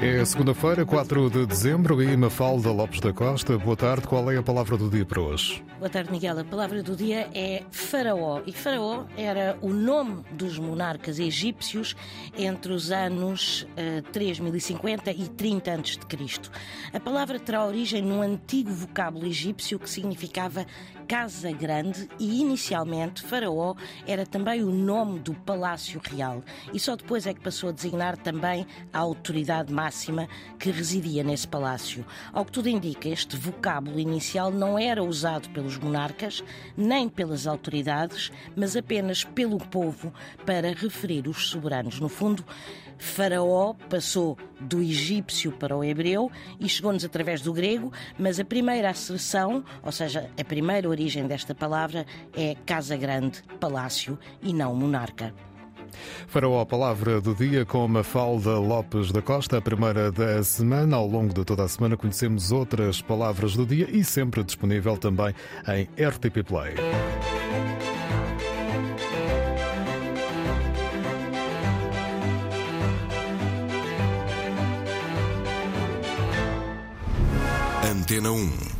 É segunda-feira, 4 de dezembro, e Mafalda Lopes da Costa. Boa tarde. Qual é a palavra do dia para hoje? Boa tarde, Miguel. A palavra do dia é Faraó. E Faraó era o nome dos monarcas egípcios entre os anos 3050 e 30 a.C. A palavra terá origem num antigo vocábulo egípcio que significava casa grande e, inicialmente, Faraó era também o nome do palácio real. E só depois é que passou a designar também a autoridade máxima que residia nesse palácio. Ao que tudo indica, este vocábulo inicial não era usado pelos monarcas, nem pelas autoridades, mas apenas pelo povo para referir os soberanos. No fundo, Faraó passou do egípcio para o hebreu e chegou-nos através do grego, mas a primeira acessão, ou seja, a primeira origem desta palavra é casa grande, palácio e não monarca. Faraó, a palavra do dia com Mafalda Lopes da Costa, a primeira da semana. Ao longo de toda a semana conhecemos outras palavras do dia e sempre disponível também em RTP Play. Antena 1.